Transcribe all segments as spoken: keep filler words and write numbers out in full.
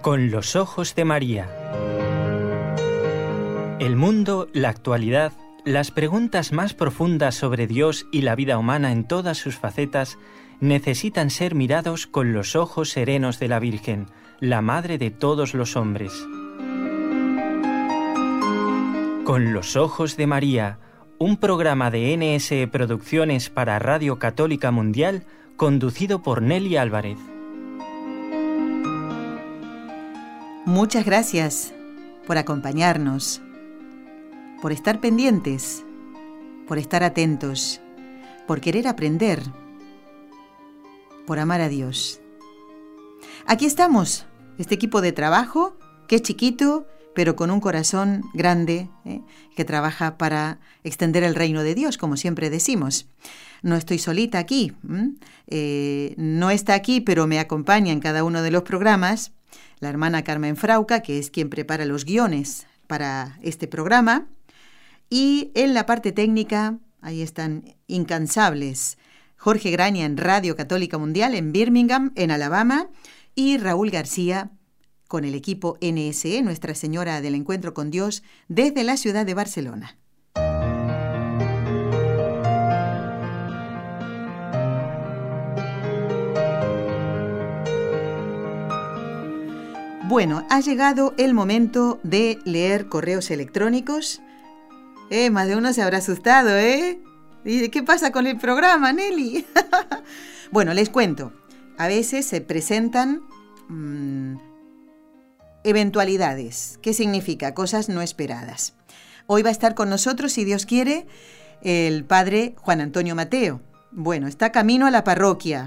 Con los ojos de María. El mundo, la actualidad, las preguntas más profundas sobre Dios y la vida humana en todas sus facetas necesitan ser mirados con los ojos serenos de la Virgen, la Madre de todos los hombres. Con los ojos de María, un programa de N S E Producciones para Radio Católica Mundial, conducido por Nelly Álvarez. Muchas gracias por acompañarnos, por estar pendientes, por estar atentos, por querer aprender, por amar a Dios. Aquí estamos, este equipo de trabajo, que es chiquito, pero con un corazón grande, ¿eh? que trabaja para extender el reino de Dios, como siempre decimos. No estoy solita aquí, eh, no está aquí, pero me acompaña en cada uno de los programas la hermana Carmen Frauca, que es quien prepara los guiones para este programa. Y en la parte técnica, ahí están incansables, Jorge Graña en Radio Católica Mundial en Birmingham, en Alabama, y Raúl García con el equipo N S E, Nuestra Señora del Encuentro con Dios, desde la ciudad de Barcelona. Bueno, ha llegado el momento de leer correos electrónicos. Eh, más de uno se habrá asustado, ¿eh? ¿Y qué pasa con el programa, Nelly? Bueno, les cuento. A veces se presentan mmm, eventualidades. ¿Qué significa? Cosas no esperadas. Hoy va a estar con nosotros, si Dios quiere, el padre Juan Antonio Mateo. Bueno, está camino a la parroquia.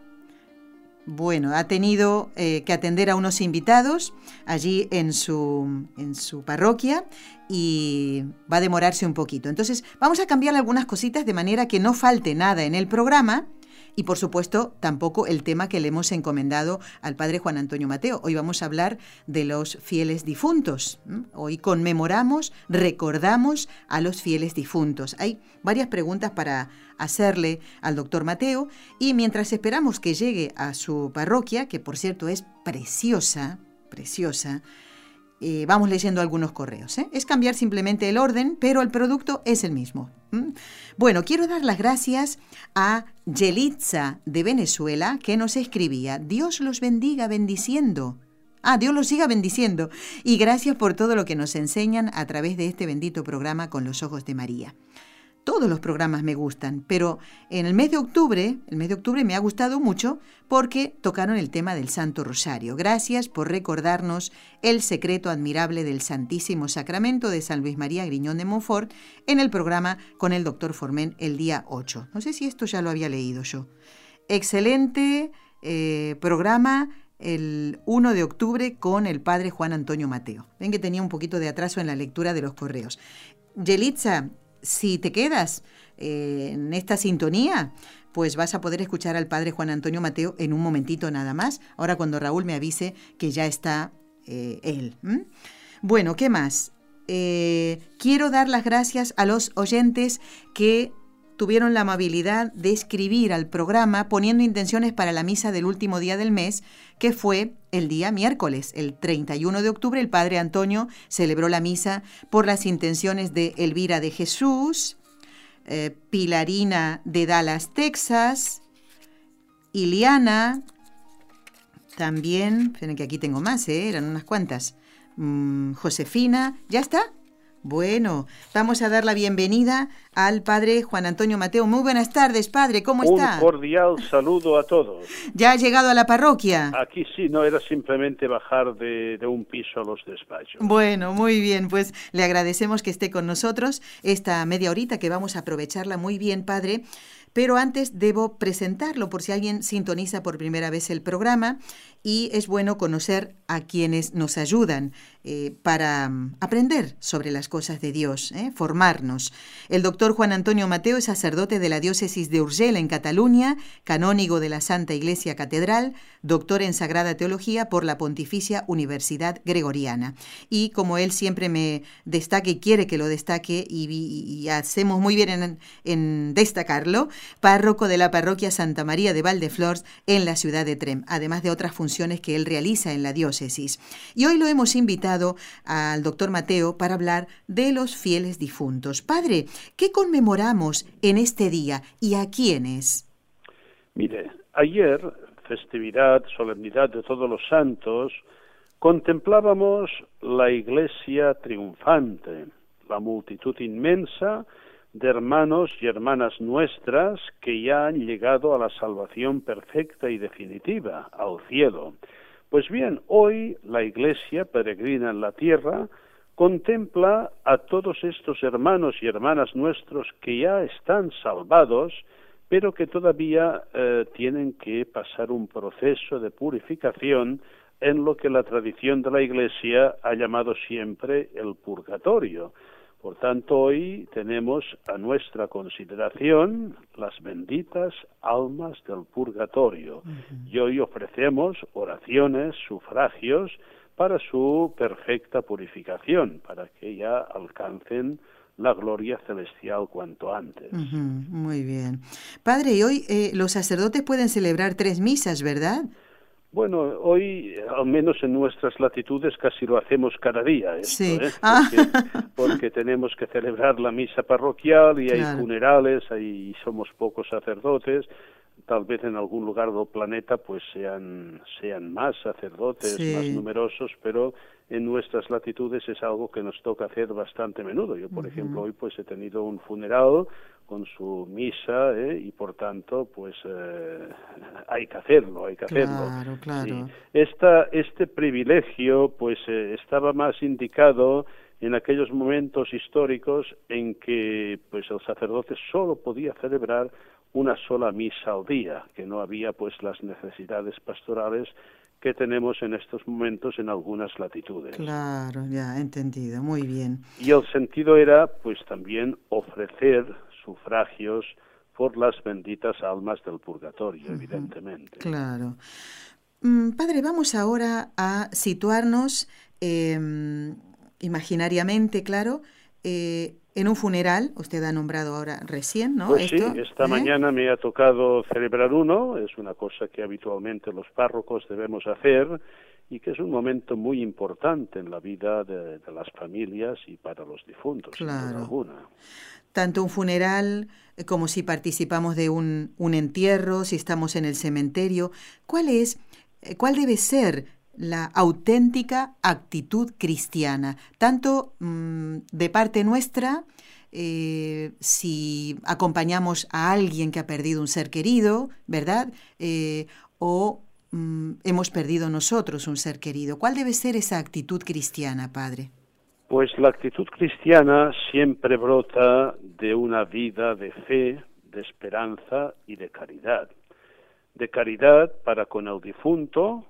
Bueno, ha tenido eh, que atender a unos invitados allí en su, en su parroquia y va a demorarse un poquito. Entonces, vamos a cambiar algunas cositas de manera que no falte nada en el programa y, por supuesto, tampoco el tema que le hemos encomendado al padre Juan Antonio Mateo. Hoy vamos a hablar de los fieles difuntos. Hoy conmemoramos, recordamos a los fieles difuntos. Hay varias preguntas para hacerle al doctor Mateo y mientras esperamos que llegue a su parroquia, que por cierto es preciosa, preciosa, eh, vamos leyendo algunos correos. ¿eh? Es cambiar simplemente el orden, pero el producto es el mismo. ¿Mm? Bueno, quiero dar las gracias a Yelitza de Venezuela, que nos escribía: Dios los bendiga bendiciendo. Ah, Dios los siga bendiciendo. Y gracias por todo lo que nos enseñan a través de este bendito programa Con los Ojos de María. Todos los programas me gustan, pero en el mes de octubre, el mes de octubre me ha gustado mucho porque tocaron el tema del Santo Rosario. Gracias por recordarnos el secreto admirable del Santísimo Sacramento de San Luis María Griñón de Montfort en el programa con el doctor Formen el día ocho. No sé si esto ya lo había leído yo. Excelente eh, programa el uno de octubre con el padre Juan Antonio Mateo. Ven que tenía un poquito de atraso en la lectura de los correos. Yelitza, si te quedas eh, en esta sintonía, pues vas a poder escuchar al padre Juan Antonio Mateo en un momentito nada más, ahora cuando Raúl me avise que ya está eh, él. ¿Mm? Bueno, ¿qué más? Eh, quiero dar las gracias a los oyentes que tuvieron la amabilidad de escribir al programa poniendo intenciones para la misa del último día del mes, que fue el día miércoles, el treinta y uno de octubre. El padre Antonio celebró la misa por las intenciones de Elvira de Jesús, eh, Pilarina de Dallas, Texas, Iliana, también, esperen que aquí tengo más, ¿eh? eran unas cuantas, mm, Josefina, ¿ya está? Bueno, vamos a dar la bienvenida al padre Juan Antonio Mateo. Muy buenas tardes, padre, ¿cómo está? Un cordial saludo a todos. ¿Ya ha llegado a la parroquia? Aquí sí, no era simplemente bajar de, de un piso a los despachos. Bueno, muy bien, pues le agradecemos que esté con nosotros esta media horita que vamos a aprovecharla muy bien, padre. Pero antes debo presentarlo por si alguien sintoniza por primera vez el programa y es bueno conocer a quienes nos ayudan eh, para um, aprender sobre las cosas de Dios, eh, formarnos. El doctor Juan Antonio Mateo es sacerdote de la diócesis de Urgell en Cataluña, canónigo de la Santa Iglesia Catedral, doctor en Sagrada Teología por la Pontificia Universidad Gregoriana. Y como él siempre me destaca y quiere que lo destaque y, y, y hacemos muy bien en, en destacarlo, párroco de la parroquia Santa María de Valdeflors en la ciudad de Tremp, además de otras funciones que él realiza en la diócesis. Y hoy lo hemos invitado al doctor Mateo para hablar de los fieles difuntos. Padre, ¿qué conmemoramos en este día y a quiénes? Mire, ayer, festividad, solemnidad de Todos los Santos, contemplábamos la Iglesia triunfante, la multitud inmensa de hermanos y hermanas nuestras que ya han llegado a la salvación perfecta y definitiva, al cielo. Pues bien, hoy la Iglesia peregrina en la tierra contempla a todos estos hermanos y hermanas nuestros que ya están salvados, pero que todavía eh, tienen que pasar un proceso de purificación en lo que la tradición de la Iglesia ha llamado siempre el purgatorio. Por tanto, hoy tenemos a nuestra consideración las benditas almas del purgatorio. Uh-huh. Y hoy ofrecemos oraciones, sufragios, para su perfecta purificación, para que ya alcancen la gloria celestial cuanto antes. Uh-huh. Muy bien. Padre, y hoy eh, los sacerdotes pueden celebrar tres misas, ¿verdad? Bueno, hoy, al menos en nuestras latitudes, casi lo hacemos cada día, esto, sí. ¿eh? Ah. Porque, porque tenemos que celebrar la misa parroquial y claro. hay funerales, ahí somos pocos sacerdotes. Tal vez en algún lugar del planeta pues sean sean más sacerdotes, sí. más numerosos, pero en nuestras latitudes es algo que nos toca hacer bastante menudo. Yo, por uh-huh. ejemplo, hoy pues he tenido un funeral con su misa ¿eh? y por tanto pues eh, hay que hacerlo, hay que hacerlo. Claro, claro. Sí. Esta, este privilegio pues eh, estaba más indicado en aquellos momentos históricos en que pues el sacerdote solo podía celebrar una sola misa al día, que no había pues las necesidades pastorales que tenemos en estos momentos en algunas latitudes. Claro, ya, entendido, muy bien. Y el sentido era pues también ofrecer sufragios por las benditas almas del purgatorio, uh-huh. evidentemente. Claro. Mm, padre, vamos ahora a situarnos eh, imaginariamente, claro, eh, en un funeral. Usted ha nombrado ahora recién, ¿no? Pues ¿Esto? sí, esta ¿Eh? mañana me ha tocado celebrar uno, es una cosa que habitualmente los párrocos debemos hacer y que es un momento muy importante en la vida de, de las familias y para los difuntos, claro. sin duda alguna. Tanto un funeral como si participamos de un, un entierro, si estamos en el cementerio. ¿Cuál es, cuál debe ser la auténtica actitud cristiana, tanto mmm, de parte nuestra, eh, si acompañamos a alguien que ha perdido un ser querido, ¿verdad? Eh, o mmm, hemos perdido nosotros un ser querido. ¿Cuál debe ser esa actitud cristiana, Padre? Pues la actitud cristiana siempre brota de una vida de fe, de esperanza y de caridad. De caridad para con el difunto,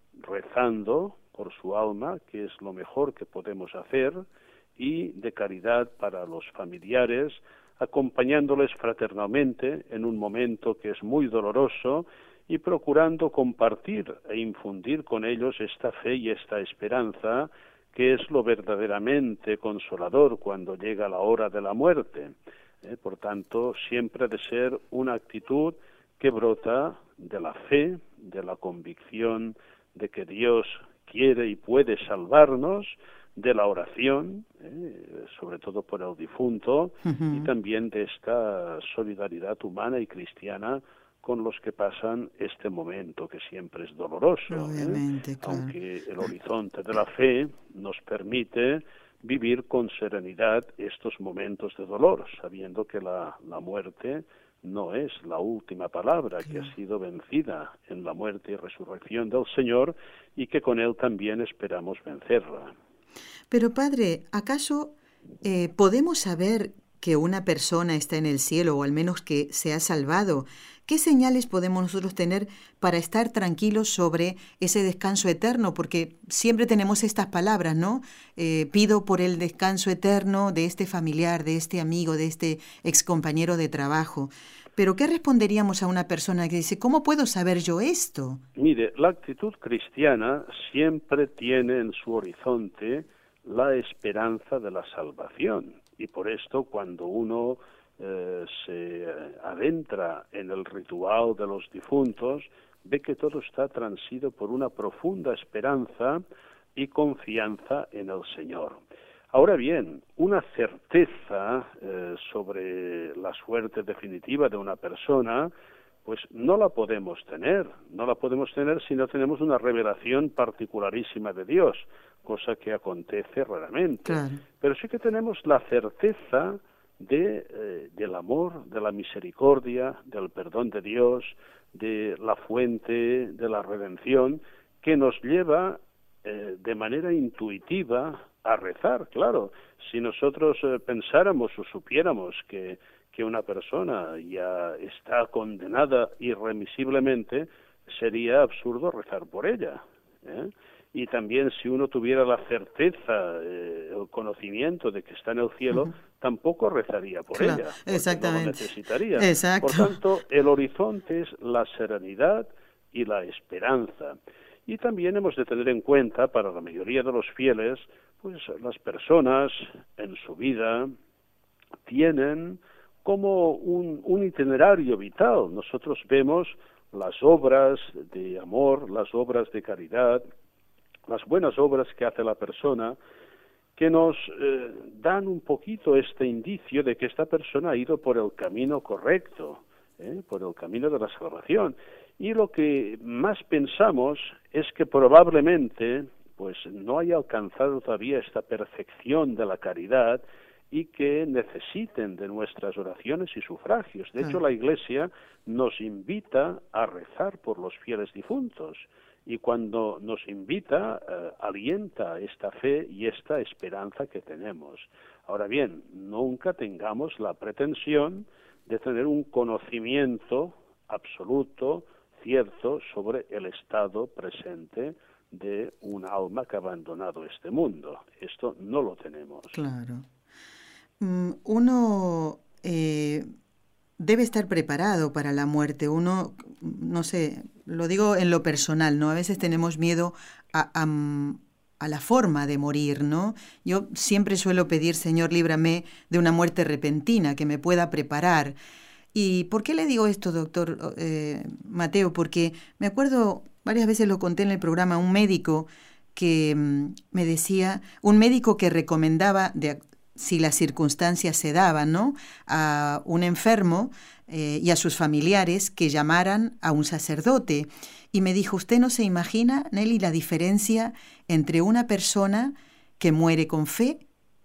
rezando por su alma, que es lo mejor que podemos hacer, y de caridad para los familiares, acompañándoles fraternalmente en un momento que es muy doloroso y procurando compartir e infundir con ellos esta fe y esta esperanza, que es lo verdaderamente consolador cuando llega la hora de la muerte. Eh, por tanto, siempre ha de ser una actitud que brota de la fe, de la convicción de que Dios quiere y puede salvarnos, de la oración, eh, sobre todo por el difunto, uh-huh. y también de esta solidaridad humana y cristiana con los que pasan este momento que siempre es doloroso. Obviamente, ¿eh? claro. Aunque el horizonte de la fe nos permite vivir con serenidad estos momentos de dolor, sabiendo que la, la muerte no es la última palabra, sí. que ha sido vencida en la muerte y resurrección del Señor y que con Él también esperamos vencerla. Pero Padre, ¿acaso eh, podemos saber que una persona está en el cielo o al menos que se ha salvado? ¿Qué señales podemos nosotros tener para estar tranquilos sobre ese descanso eterno? Porque siempre tenemos estas palabras, ¿no? Eh, pido por el descanso eterno de este familiar, de este amigo, de este excompañero de trabajo. Pero ¿qué responderíamos a una persona que dice, ¿cómo puedo saber yo esto? Mire, la actitud cristiana siempre tiene en su horizonte la esperanza de la salvación. Y por esto, cuando uno eh, se adentra en el ritual de los difuntos, ve que todo está transido por una profunda esperanza y confianza en el Señor. Ahora bien, una certeza eh, sobre la suerte definitiva de una persona, pues no la podemos tener, no la podemos tener si no tenemos una revelación particularísima de Dios, cosa que acontece raramente. Claro. Pero sí que tenemos la certeza de, eh, del amor, de la misericordia, del perdón de Dios, de la fuente de la redención, que nos lleva eh, de manera intuitiva a rezar. Claro, si nosotros eh, pensáramos o supiéramos que, que una persona ya está condenada irremisiblemente, sería absurdo rezar por ella, ¿eh? Y también si uno tuviera la certeza, eh, el conocimiento de que está en el cielo, uh-huh. tampoco rezaría por claro, ella, porque exactamente. no lo necesitaría. Exacto. Por tanto, el horizonte es la serenidad y la esperanza. Y también hemos de tener en cuenta, para la mayoría de los fieles, pues las personas en su vida tienen como un, un itinerario vital. Nosotros vemos las obras de amor, las obras de caridad, las buenas obras que hace la persona, que nos eh, dan un poquito este indicio de que esta persona ha ido por el camino correcto, ¿eh? por el camino de la salvación. Y lo que más pensamos es que probablemente pues no haya alcanzado todavía esta perfección de la caridad y que necesiten de nuestras oraciones y sufragios. De hecho, la Iglesia nos invita a rezar por los fieles difuntos. Y cuando nos invita, eh, alienta esta fe y esta esperanza que tenemos. Ahora bien, nunca tengamos la pretensión de tener un conocimiento absoluto, cierto, sobre el estado presente de un alma que ha abandonado este mundo. Esto no lo tenemos. Claro. Uno eh, debe estar preparado para la muerte. Uno, no sé, lo digo en lo personal, ¿no? A veces tenemos miedo a, a, a la forma de morir, ¿no? Yo siempre suelo pedir, Señor, líbrame de una muerte repentina, que me pueda preparar. ¿Y por qué le digo esto, doctor eh, Mateo? Porque me acuerdo, varias veces lo conté en el programa, un médico que um, me decía, un médico que recomendaba, de, si las circunstancias se daban, ¿no?, a un enfermo eh, y a sus familiares que llamaran a un sacerdote. Y me dijo, usted no se imagina, Nelly, la diferencia entre una persona que muere con fe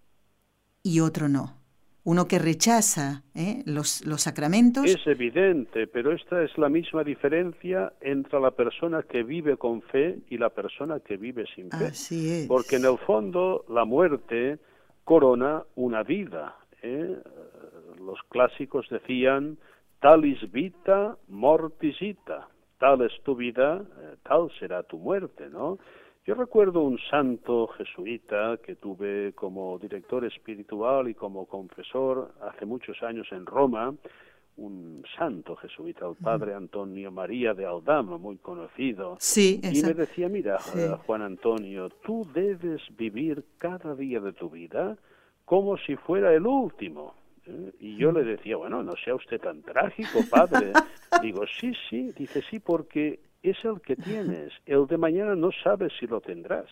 y otro no. Uno que rechaza ¿eh? los, los sacramentos. Es evidente, pero esta es la misma diferencia entre la persona que vive con fe y la persona que vive sin fe. Así es. Porque en el fondo la muerte corona una vida. ¿eh? Los clásicos decían, talis vita, mortis ita. Tal es tu vida, eh, tal será tu muerte, ¿no? Yo recuerdo un santo jesuita que tuve como director espiritual y como confesor hace muchos años en Roma, un santo jesuita, el padre Antonio María de Aldama, muy conocido. Sí, y me decía, mira, sí. Juan Antonio, tú debes vivir cada día de tu vida como si fuera el último. ¿Eh? Y yo le decía, bueno, no sea usted tan trágico, padre. Digo, sí, sí, dice, sí, porque es el que tienes, el de mañana no sabes si lo tendrás.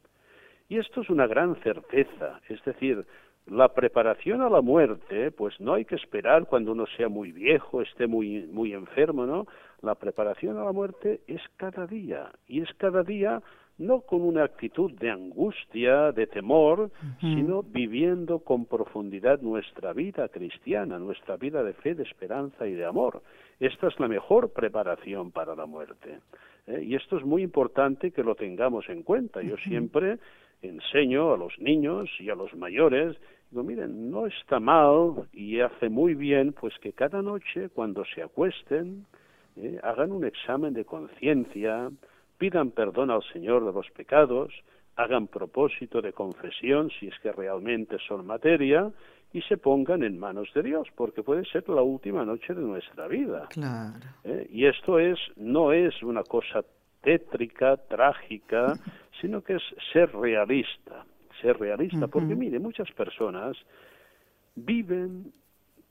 Y esto es una gran certeza, es decir, la preparación a la muerte, pues no hay que esperar cuando uno sea muy viejo, esté muy, muy enfermo, ¿no? La preparación a la muerte es cada día, y es cada día no con una actitud de angustia, de temor, uh-huh. sino viviendo con profundidad nuestra vida cristiana, nuestra vida de fe, de esperanza y de amor. Esta es la mejor preparación para la muerte. ¿eh? Y esto es muy importante que lo tengamos en cuenta. Yo uh-huh. siempre enseño a los niños y a los mayores, digo, miren, no está mal y hace muy bien, pues que cada noche cuando se acuesten, eh, hagan un examen de conciencia, pidan perdón al Señor de los pecados, hagan propósito de confesión si es que realmente son materia y se pongan en manos de Dios, porque puede ser la última noche de nuestra vida. Claro. ¿Eh? Y esto es no es una cosa tétrica, trágica, sino que es ser realista, ser realista, uh-huh. porque mire, muchas personas viven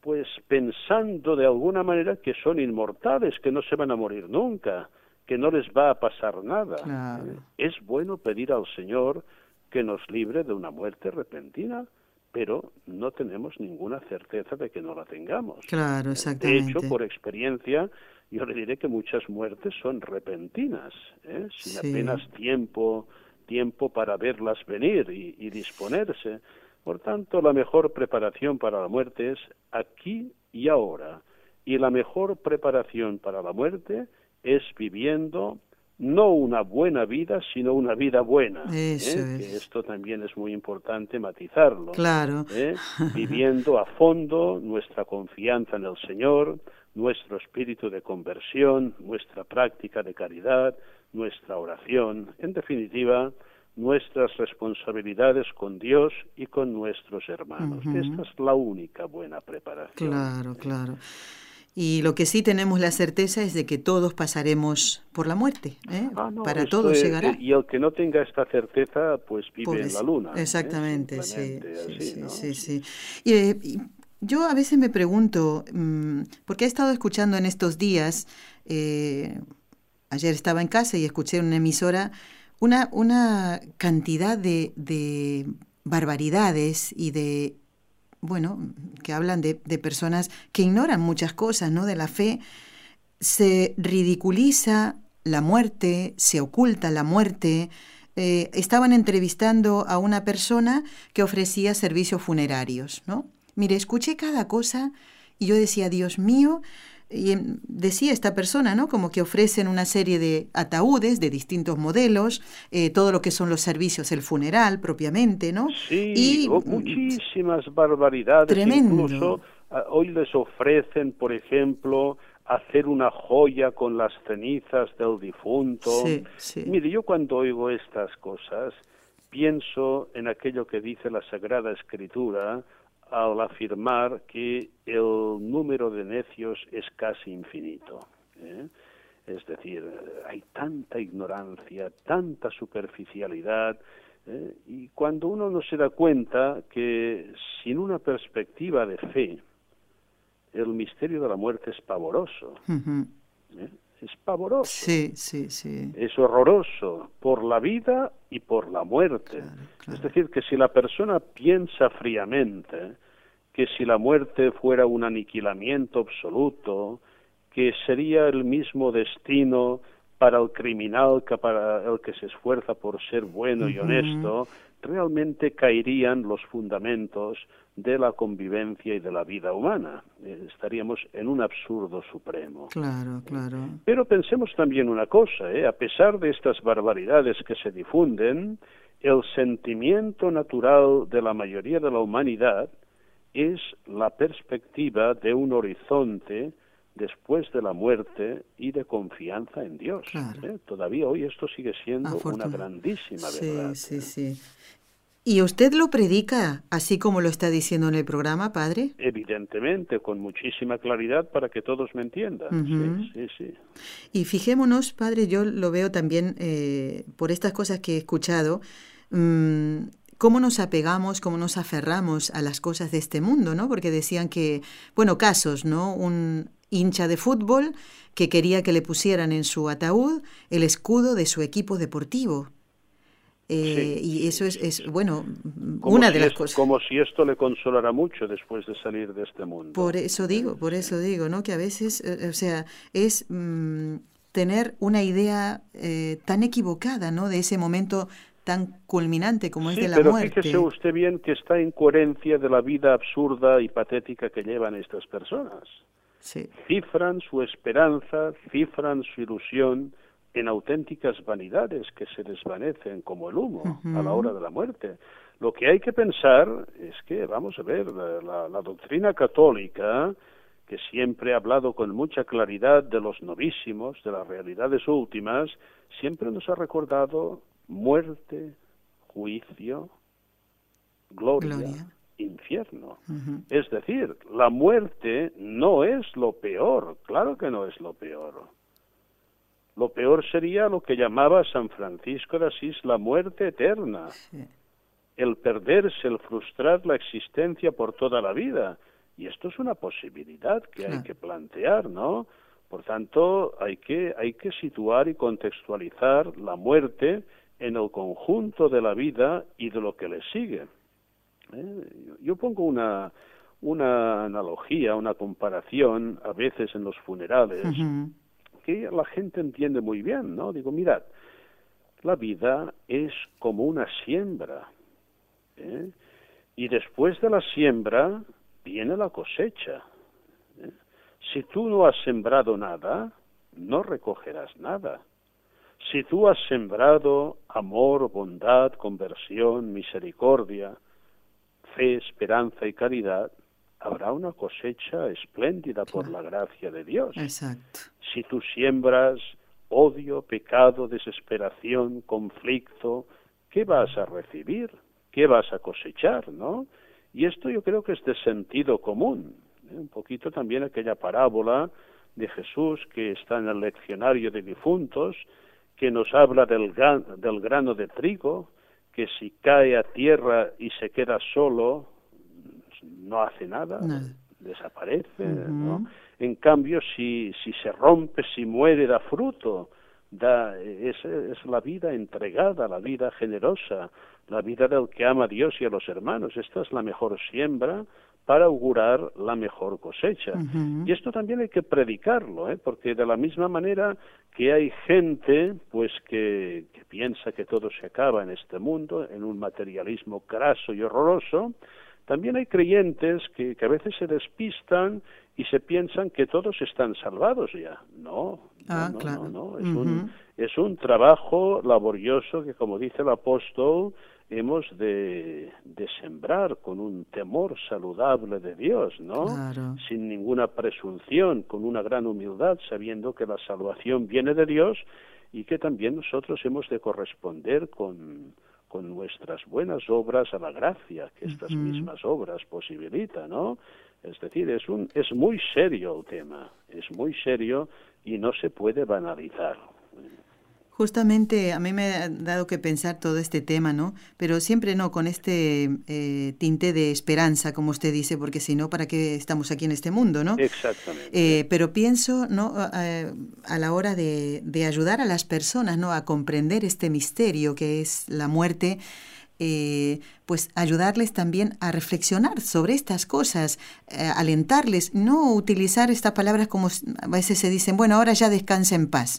pues pensando de alguna manera que son inmortales, que no se van a morir nunca, que no les va a pasar nada. Claro. ¿Eh? Es bueno pedir al Señor que nos libre de una muerte repentina, pero no tenemos ninguna certeza de que no la tengamos. Claro, De exactamente. hecho, por experiencia, yo le diré que muchas muertes son repentinas, ¿eh? sin Sí. apenas tiempo, tiempo para verlas venir y, y disponerse. Por tanto, la mejor preparación para la muerte es aquí y ahora. Y la mejor preparación para la muerte es viviendo no una buena vida, sino una vida buena. Eso ¿eh? es. Que esto también es muy importante matizarlo. Claro. ¿eh? Viviendo a fondo nuestra confianza en el Señor, nuestro espíritu de conversión, nuestra práctica de caridad, nuestra oración, en definitiva, nuestras responsabilidades con Dios y con nuestros hermanos. Ujú. Esta es la única buena preparación. Claro, claro. Y lo que sí tenemos la certeza es de que todos pasaremos por la muerte, ¿eh? Ah, no, Para esto todos es- llegará. y el que no tenga esta certeza, pues vive Pobres- en la luna. ¿eh? Exactamente, sí, Simplemente sí, así, sí, ¿no? sí, sí. Y, eh, y yo a veces me pregunto, mm, porque he estado escuchando en estos días, eh, ayer estaba en casa y escuché en una emisora una, una cantidad de, de barbaridades y de, bueno, que hablan de, de personas que ignoran muchas cosas, ¿no? De la fe. Se ridiculiza la muerte, se oculta la muerte. Eh, estaban entrevistando a una persona que ofrecía servicios funerarios, ¿no? Mire, escuché cada cosa y yo decía, Dios mío, y em, decía esta persona, ¿no? Como que ofrecen una serie de ataúdes de distintos modelos, eh, todo lo que son los servicios, el funeral propiamente, ¿no? Sí, Y oh, mm, muchísimas barbaridades. Tremendo. Incluso ah, hoy les ofrecen, por ejemplo, hacer una joya con las cenizas del difunto. sí, sí. Mire, yo cuando oigo estas cosas pienso en aquello que dice la Sagrada Escritura al afirmar que el número de necios es casi infinito. ¿eh? Es decir, hay tanta ignorancia, tanta superficialidad, ¿eh? y cuando uno no se da cuenta que sin una perspectiva de fe, el misterio de la muerte es pavoroso, Ujú. ¿eh? es pavoroso, Sí, sí, sí. es horroroso por la vida y por la muerte. Claro, claro. Es decir, que si la persona piensa fríamente que si la muerte fuera un aniquilamiento absoluto, que sería el mismo destino para el criminal que para el que se esfuerza por ser bueno y Ujú. honesto, realmente caerían los fundamentos de la convivencia y de la vida humana. Eh, estaríamos en un absurdo supremo. Claro, claro. Pero pensemos también una cosa, ¿eh? A pesar de estas barbaridades que se difunden, el sentimiento natural de la mayoría de la humanidad es la perspectiva de un horizonte después de la muerte y de confianza en Dios. Claro. ¿eh? Todavía hoy esto sigue siendo una Afortuna- grandísima Sí, verdad. sí, ¿eh? sí. ¿Y usted lo predica así como lo está diciendo en el programa, padre? Evidentemente, con muchísima claridad para que todos me entiendan. Ujú. Sí, sí, sí. Y fijémonos, padre, yo lo veo también eh, por estas cosas que he escuchado, mm, cómo nos apegamos, cómo nos aferramos a las cosas de este mundo, ¿no? Porque decían que, bueno, casos, ¿no? Un hincha de fútbol que quería que le pusieran en su ataúd el escudo de su equipo deportivo. Eh, Sí, y sí, eso es, sí, es sí. bueno, Como una si de las es- cosas. Como si esto le consolara mucho después de salir de este mundo. Por eso digo, por Sí. eso digo, ¿no? Que a veces, eh, o sea, es mm, tener una idea eh, tan equivocada, ¿no? De ese momento tan culminante como es Sí, de la pero muerte. fíjese usted bien que está en coherencia de la vida absurda y patética que llevan estas personas. Sí, Cifran su esperanza, cifran su ilusión en auténticas vanidades que se desvanecen como el humo Ujú. a la hora de la muerte. Lo que hay que pensar es que, vamos a ver, la, la- la doctrina católica, que siempre ha hablado con mucha claridad de los novísimos, de las realidades últimas, siempre nos ha recordado muerte, juicio, gloria, Gloria. infierno. ujú, Es decir, la muerte no es lo peor, claro que no es lo peor. Lo peor sería lo que llamaba San Francisco de Asís la muerte eterna, sí, el perderse, el frustrar la existencia por toda la vida. Y esto es una posibilidad que Claro. hay que plantear, ¿no? Por tanto, hay que, hay que situar y contextualizar la muerte en el conjunto de la vida y de lo que le sigue. ¿Eh? Yo, yo pongo una, una analogía, una comparación, a veces en los funerales, Ujú. que la gente entiende muy bien, ¿no? Digo, mirad, la vida es como una siembra, ¿eh? Y después de la siembra viene la cosecha, ¿eh? Si tú no has sembrado nada, no recogerás nada. Si tú has sembrado amor, bondad, conversión, misericordia, fe, esperanza y caridad, habrá una cosecha espléndida por la gracia de Dios. Exacto. Si tú siembras odio, pecado, desesperación, conflicto, ¿qué vas a recibir? ¿Qué vas a cosechar, no? Y esto yo creo que es de sentido común, ¿eh? Un poquito también aquella parábola de Jesús que está en el leccionario de difuntos, que nos habla del, gran, del grano de trigo, que si cae a tierra y se queda solo, no hace nada, Nada. desaparece, Ujú. ¿no? En cambio, si, si se rompe, si muere, da fruto, da, es, es la vida entregada, la vida generosa, la vida del que ama a Dios y a los hermanos. Esta es la mejor siembra para augurar la mejor cosecha. Ujú. Y esto también hay que predicarlo, ¿eh? Porque de la misma manera que hay gente pues que, que piensa que todo se acaba en este mundo, en un materialismo craso y horroroso, también hay creyentes que, que a veces se despistan y se piensan que todos están salvados ya. No, no, Ah, no, claro. no, no. Es Ujú. un, es un trabajo laborioso que, como dice el apóstol, hemos de, de sembrar con un temor saludable de Dios, ¿no? Claro. Sin ninguna presunción, con una gran humildad, sabiendo que la salvación viene de Dios y que también nosotros hemos de corresponder con, con nuestras buenas obras a la gracia que estas Ujú. mismas obras posibilitan, ¿no? Es decir, es un es muy serio el tema, es muy serio y no se puede banalizar. Justamente a mí me ha dado que pensar todo este tema, ¿no? Pero siempre no con este eh, tinte de esperanza, como usted dice, porque si no, ¿para qué estamos aquí en este mundo, no? Exactamente. Eh, pero pienso, ¿no? Eh, a la hora de, de ayudar a las personas, ¿no? A comprender este misterio que es la muerte. Eh, pues ayudarles también a reflexionar sobre estas cosas, eh, alentarles, no utilizar estas palabras como a veces se dicen, bueno, ahora ya descansa en paz.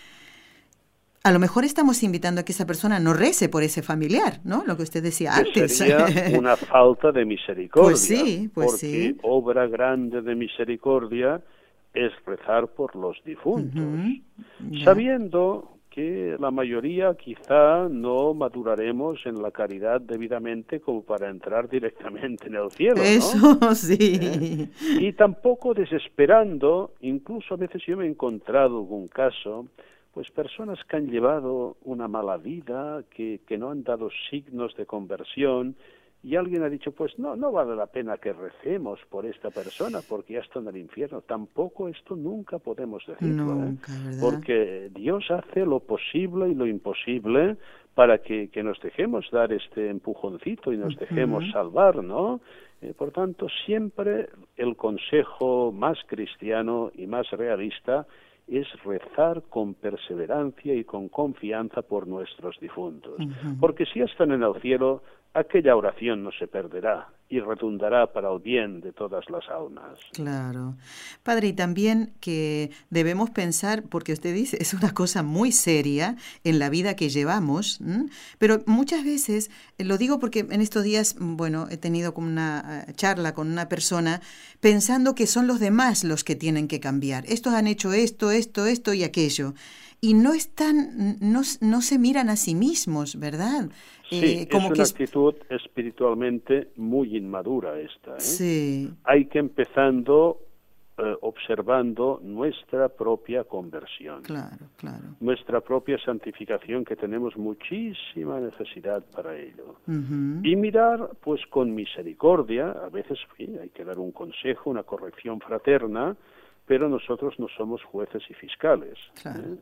A lo mejor estamos invitando a que esa persona no rece por ese familiar, ¿no? Lo que usted decía Que antes. sería una falta de misericordia, Pues sí, pues porque sí. obra grande de misericordia es rezar por los difuntos, Ujú, ya. sabiendo que la mayoría quizá no maduraremos en la caridad debidamente como para entrar directamente en el cielo, ¿no? Eso sí. ¿Eh? Y tampoco desesperando, incluso a veces yo me he encontrado algún caso, pues personas que han llevado una mala vida, que, que no han dado signos de conversión, y alguien ha dicho, pues no, no vale la pena que recemos por esta persona porque ya está en el infierno. Tampoco esto nunca podemos decirlo, Nunca, ¿eh? ¿verdad? Porque Dios hace lo posible y lo imposible para que, que nos dejemos dar este empujoncito y nos Ujú. dejemos salvar, ¿no? Eh, por tanto, siempre el consejo más cristiano y más realista es rezar con perseverancia y con confianza por nuestros difuntos. Ujú. Porque si están en el cielo, aquella oración no se perderá y redundará para el bien de todas las almas. Claro. Padre, y también que debemos pensar, porque usted dice, es una cosa muy seria en la vida que llevamos, ¿m? Pero muchas veces, eh, lo digo porque en estos días, bueno, he tenido como una eh, charla con una persona pensando que son los demás los que tienen que cambiar. Estos han hecho esto, esto, esto y aquello. Y no están, no, no se miran a sí mismos, ¿verdad? Sí, Eh, como es que una es- actitud espiritualmente muy inmadura esta, ¿eh? Sí, Hay que empezando eh, observando nuestra propia conversión, claro, claro. nuestra propia santificación, que tenemos muchísima necesidad para ello. Ujú. Y mirar, pues con misericordia, a veces sí, hay que dar un consejo, una corrección fraterna, pero nosotros no somos jueces y fiscales, Claro. ¿eh?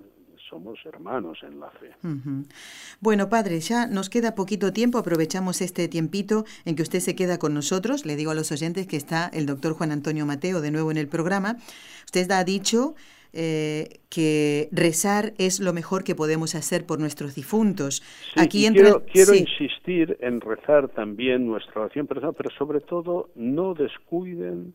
somos hermanos en la fe. Uh-huh. Bueno, padre, ya nos queda poquito tiempo, aprovechamos este tiempito en que usted se queda con nosotros. Le digo a los oyentes que está el doctor Juan Antonio Mateo de nuevo en el programa. Usted ha dicho eh, que rezar es lo mejor que podemos hacer por nuestros difuntos. Sí, Aquí y entra... quiero, quiero sí. insistir en rezar también nuestra oración personal, pero sobre todo no descuiden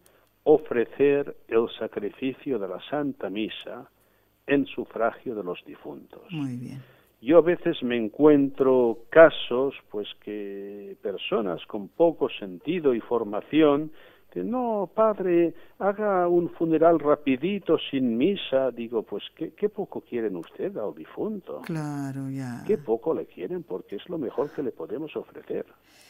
ofrecer el sacrificio de la Santa Misa en sufragio de los difuntos. Muy bien. Yo a veces me encuentro casos, pues que personas con poco sentido y formación, que no, padre, haga un funeral rapidito, sin misa. Digo, pues ¿qué, qué poco quieren usted al difunto? Claro, ya. Qué poco le quieren, porque es lo mejor que le podemos ofrecer.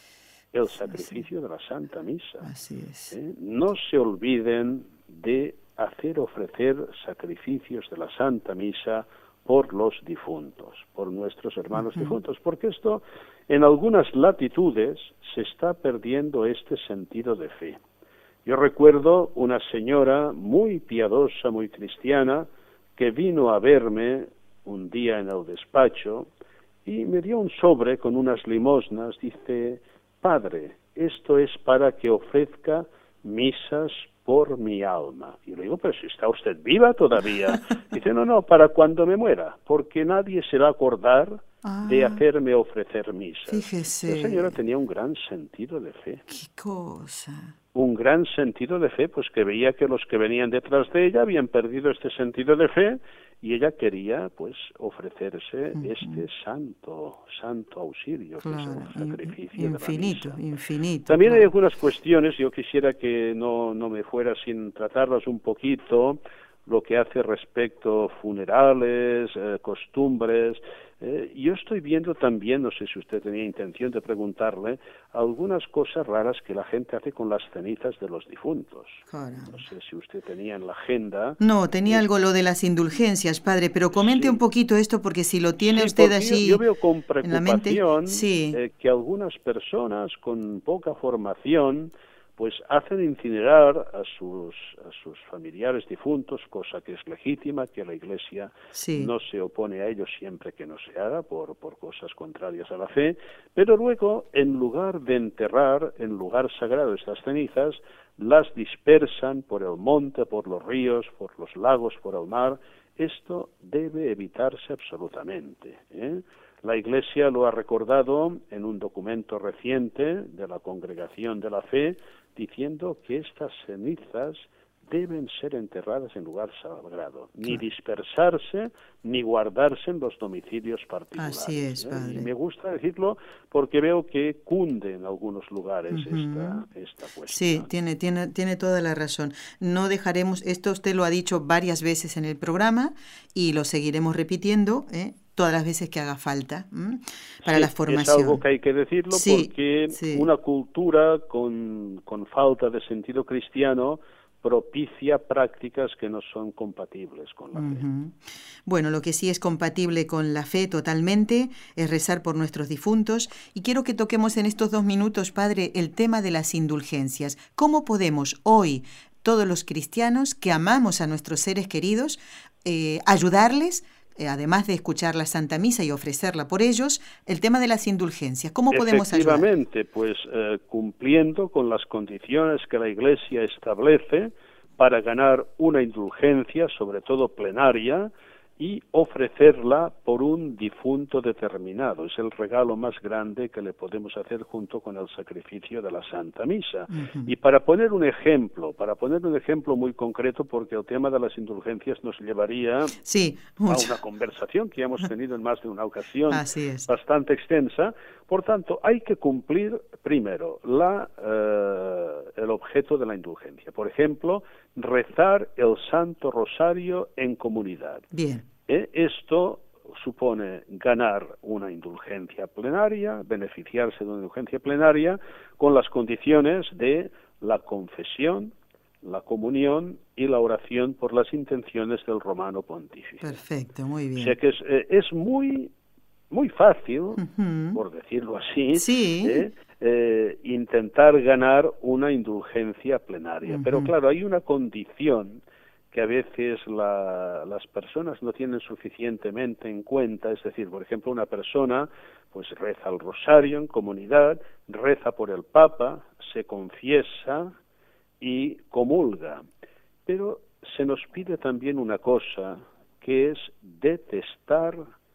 El sacrificio de la Santa Misa. Así es. ¿Eh? No se olviden de hacer ofrecer sacrificios de la Santa Misa por los difuntos, por nuestros hermanos uh-huh. difuntos, porque esto en algunas latitudes se está perdiendo este sentido de fe. Yo recuerdo una señora muy piadosa, muy cristiana, que vino a verme un día en el despacho y me dio un sobre con unas limosnas. Dice, padre, esto es para que ofrezca misas por mi alma. Y le digo, pero si está usted viva todavía. Dice, no, no, para cuando me muera, porque nadie se va a acordar ah, de hacerme ofrecer misas. Fíjese. La señora tenía un gran sentido de fe. Qué cosa. Un gran sentido de fe, pues que veía que los que venían detrás de ella habían perdido este sentido de fe y ella quería, pues, ofrecerse uh-huh. este santo, santo auxilio, claro, que es el sacrificio in, infinito, de la misa. Infinito. También claro. hay algunas cuestiones, yo quisiera que no, no me fuera sin tratarlas un poquito, lo que hace respecto a funerales, eh, costumbres. Eh, yo estoy viendo también, no sé si usted tenía intención de preguntarle, algunas cosas raras que la gente hace con las cenizas de los difuntos. Caramba. No sé si usted tenía en la agenda. No, tenía eh, algo lo de las indulgencias, padre, pero comente sí. un poquito esto porque si lo tiene sí, usted allí yo, yo veo con en la mente, preocupación sí. eh, que algunas personas con poca formación pues hacen incinerar a sus a sus familiares difuntos, cosa que es legítima, que la Iglesia sí. no se opone a ello siempre que no se haga por, por cosas contrarias a la fe, pero luego, en lugar de enterrar en lugar sagrado estas cenizas, las dispersan por el monte, por los ríos, por los lagos, por el mar. Esto debe evitarse absolutamente, ¿eh? La Iglesia lo ha recordado en un documento reciente de la Congregación de la Fe, diciendo que estas cenizas deben ser enterradas en lugar sagrado, ni dispersarse ni guardarse en los domicilios particulares. Así es, padre. ¿eh? Y me gusta decirlo porque veo que cunde en algunos lugares uh-huh. esta, esta cuestión. Sí, tiene, tiene, tiene toda la razón. No dejaremos, esto usted lo ha dicho varias veces en el programa y lo seguiremos repitiendo, ¿eh? todas las veces que haga falta ¿m? para sí, la formación. Es algo que hay que decirlo sí, porque sí. una cultura con, con falta de sentido cristiano propicia prácticas que no son compatibles con la uh-huh. fe. Bueno, lo que sí es compatible con la fe totalmente es rezar por nuestros difuntos y quiero que toquemos en estos dos minutos, padre, el tema de las indulgencias. ¿Cómo podemos hoy, todos los cristianos que amamos a nuestros seres queridos, eh, ayudarles, eh, además de escuchar la Santa Misa y ofrecerla por ellos, el tema de las indulgencias? ¿Cómo podemos ayudar? Efectivamente, pues eh, cumpliendo con las condiciones que la Iglesia establece para ganar una indulgencia, sobre todo plenaria, y ofrecerla por un difunto determinado. Es el regalo más grande que le podemos hacer junto con el sacrificio de la Santa Misa. Uh-huh. Y para poner un ejemplo, para poner un ejemplo muy concreto, porque el tema de las indulgencias nos llevaría sí, a una conversación que hemos tenido en más de una ocasión Así es. bastante extensa. Por tanto, hay que cumplir primero la, eh, el objeto de la indulgencia. Por ejemplo, rezar el Santo Rosario en comunidad. Bien. ¿Eh? Esto supone ganar una indulgencia plenaria, beneficiarse de una indulgencia plenaria con las condiciones de la confesión, la comunión y la oración por las intenciones del romano pontífice. Perfecto, muy bien. O sea que es, eh, es muy, muy fácil, uh-huh. por decirlo así, sí. ¿eh? Eh, intentar ganar una indulgencia plenaria. Uh-huh. Pero claro, hay una condición que a veces la, las personas no tienen suficientemente en cuenta. Es decir, por ejemplo, una persona pues reza el rosario en comunidad, reza por el Papa, se confiesa y comulga. Pero se nos pide también una cosa, que es detestar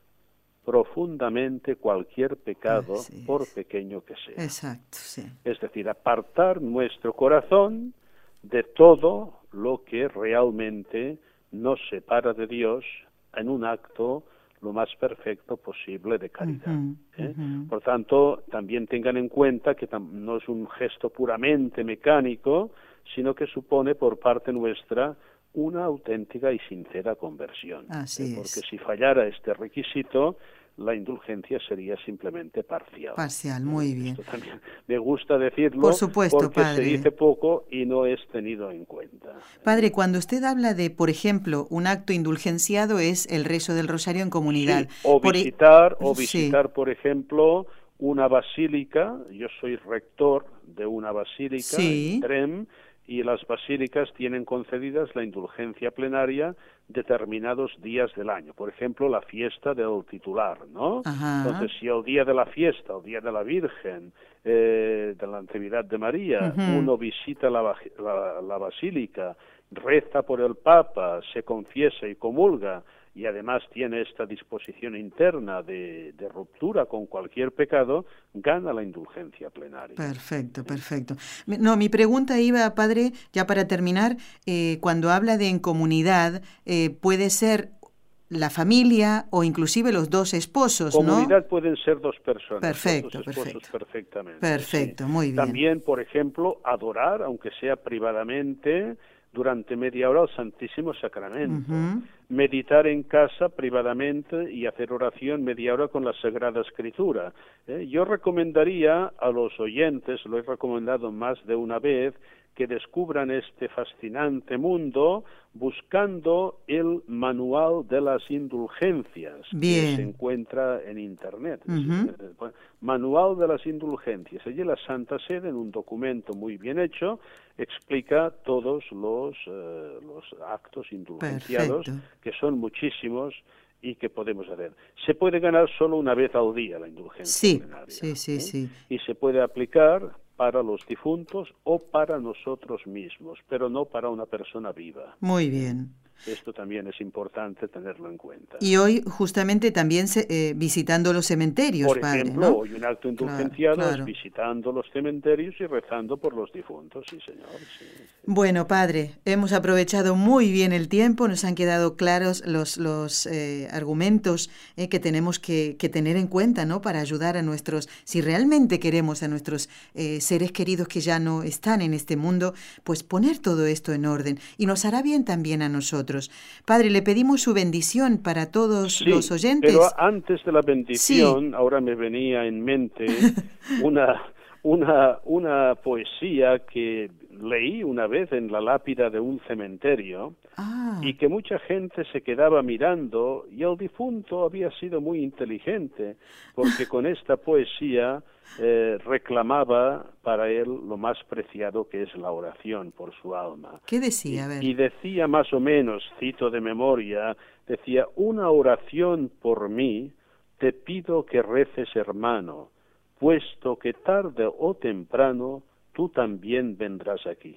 profundamente cualquier pecado, por pequeño que sea. Exacto, sí. Es decir, apartar nuestro corazón de todo lo que realmente nos separa de Dios en un acto lo más perfecto posible de caridad. Uh-huh, ¿eh? uh-huh. Por tanto, también tengan en cuenta que no es un gesto puramente mecánico, sino que supone por parte nuestra una auténtica y sincera conversión. Así ¿eh? es. Porque si fallara este requisito, la indulgencia sería simplemente parcial. Parcial, muy bien. Esto también me gusta decirlo, por supuesto, porque padre. se dice poco y no es tenido en cuenta. Padre, cuando usted habla de, por ejemplo, un acto indulgenciado es el rezo del rosario en comunidad. Sí, o por visitar, e... o visitar, sí. por ejemplo, una basílica. Yo soy rector de una basílica sí. en Trem, y las basílicas tienen concedidas la indulgencia plenaria determinados días del año. Por ejemplo, la fiesta del titular, ¿no? Ajá. Entonces, si el día de la fiesta, el día de la Virgen, eh, de la Natividad de María, uh-huh. uno visita la, la, la basílica, reza por el Papa, se confiesa y comulga, y además tiene esta disposición interna de, de ruptura con cualquier pecado, gana la indulgencia plenaria. Perfecto, perfecto. No, mi pregunta iba, padre, ya para terminar, eh, cuando habla de en comunidad, eh, puede ser la familia o inclusive los dos esposos, ¿no? Comunidad pueden ser dos personas, perfecto, dos esposos perfecto. perfectamente. Perfecto, sí. muy bien. También, por ejemplo, adorar, aunque sea privadamente, durante media hora al Santísimo Sacramento, uh-huh. meditar en casa privadamente y hacer oración media hora con la Sagrada Escritura. ¿eh? Yo recomendaría a los oyentes, lo he recomendado más de una vez, que descubran este fascinante mundo buscando el manual de las indulgencias, Bien. que se encuentra en Internet. Uh-huh. Manual de las indulgencias. Allí la Santa Sede, en un documento muy bien hecho, explica todos los, eh, los actos indulgenciados, Perfecto. que son muchísimos y que podemos hacer. Se puede ganar solo una vez al día la indulgencia sí, plenaria. Sí, sí, ¿eh? sí. Y se puede aplicar para los difuntos o para nosotros mismos, pero no para una persona viva. Muy bien. Esto también es importante tenerlo en cuenta. Y hoy justamente también se, eh, visitando los cementerios, Por padre, ejemplo, ¿no? hoy un acto indulgenciado claro, claro. es visitando los cementerios y rezando por los difuntos, sí señor. Sí, sí. Bueno, padre, hemos aprovechado muy bien el tiempo, nos han quedado claros los, los eh, argumentos eh, que tenemos que, que tener en cuenta, ¿no? Para ayudar a nuestros, si realmente queremos a nuestros eh, seres queridos que ya no están en este mundo, pues poner todo esto en orden y nos hará bien también a nosotros. Padre, le pedimos su bendición para todos sí, los oyentes. Pero antes de la bendición, sí. ahora me venía en mente una, una, una poesía que leí una vez en la lápida de un cementerio ah. y que mucha gente se quedaba mirando, y el difunto había sido muy inteligente porque con esta poesía eh, reclamaba para él lo más preciado, que es la oración por su alma. ¿Qué decía? A ver. Y, y decía más o menos, cito de memoria, decía: una oración por mí te pido que reces, hermano, puesto que tarde o temprano tú también vendrás aquí.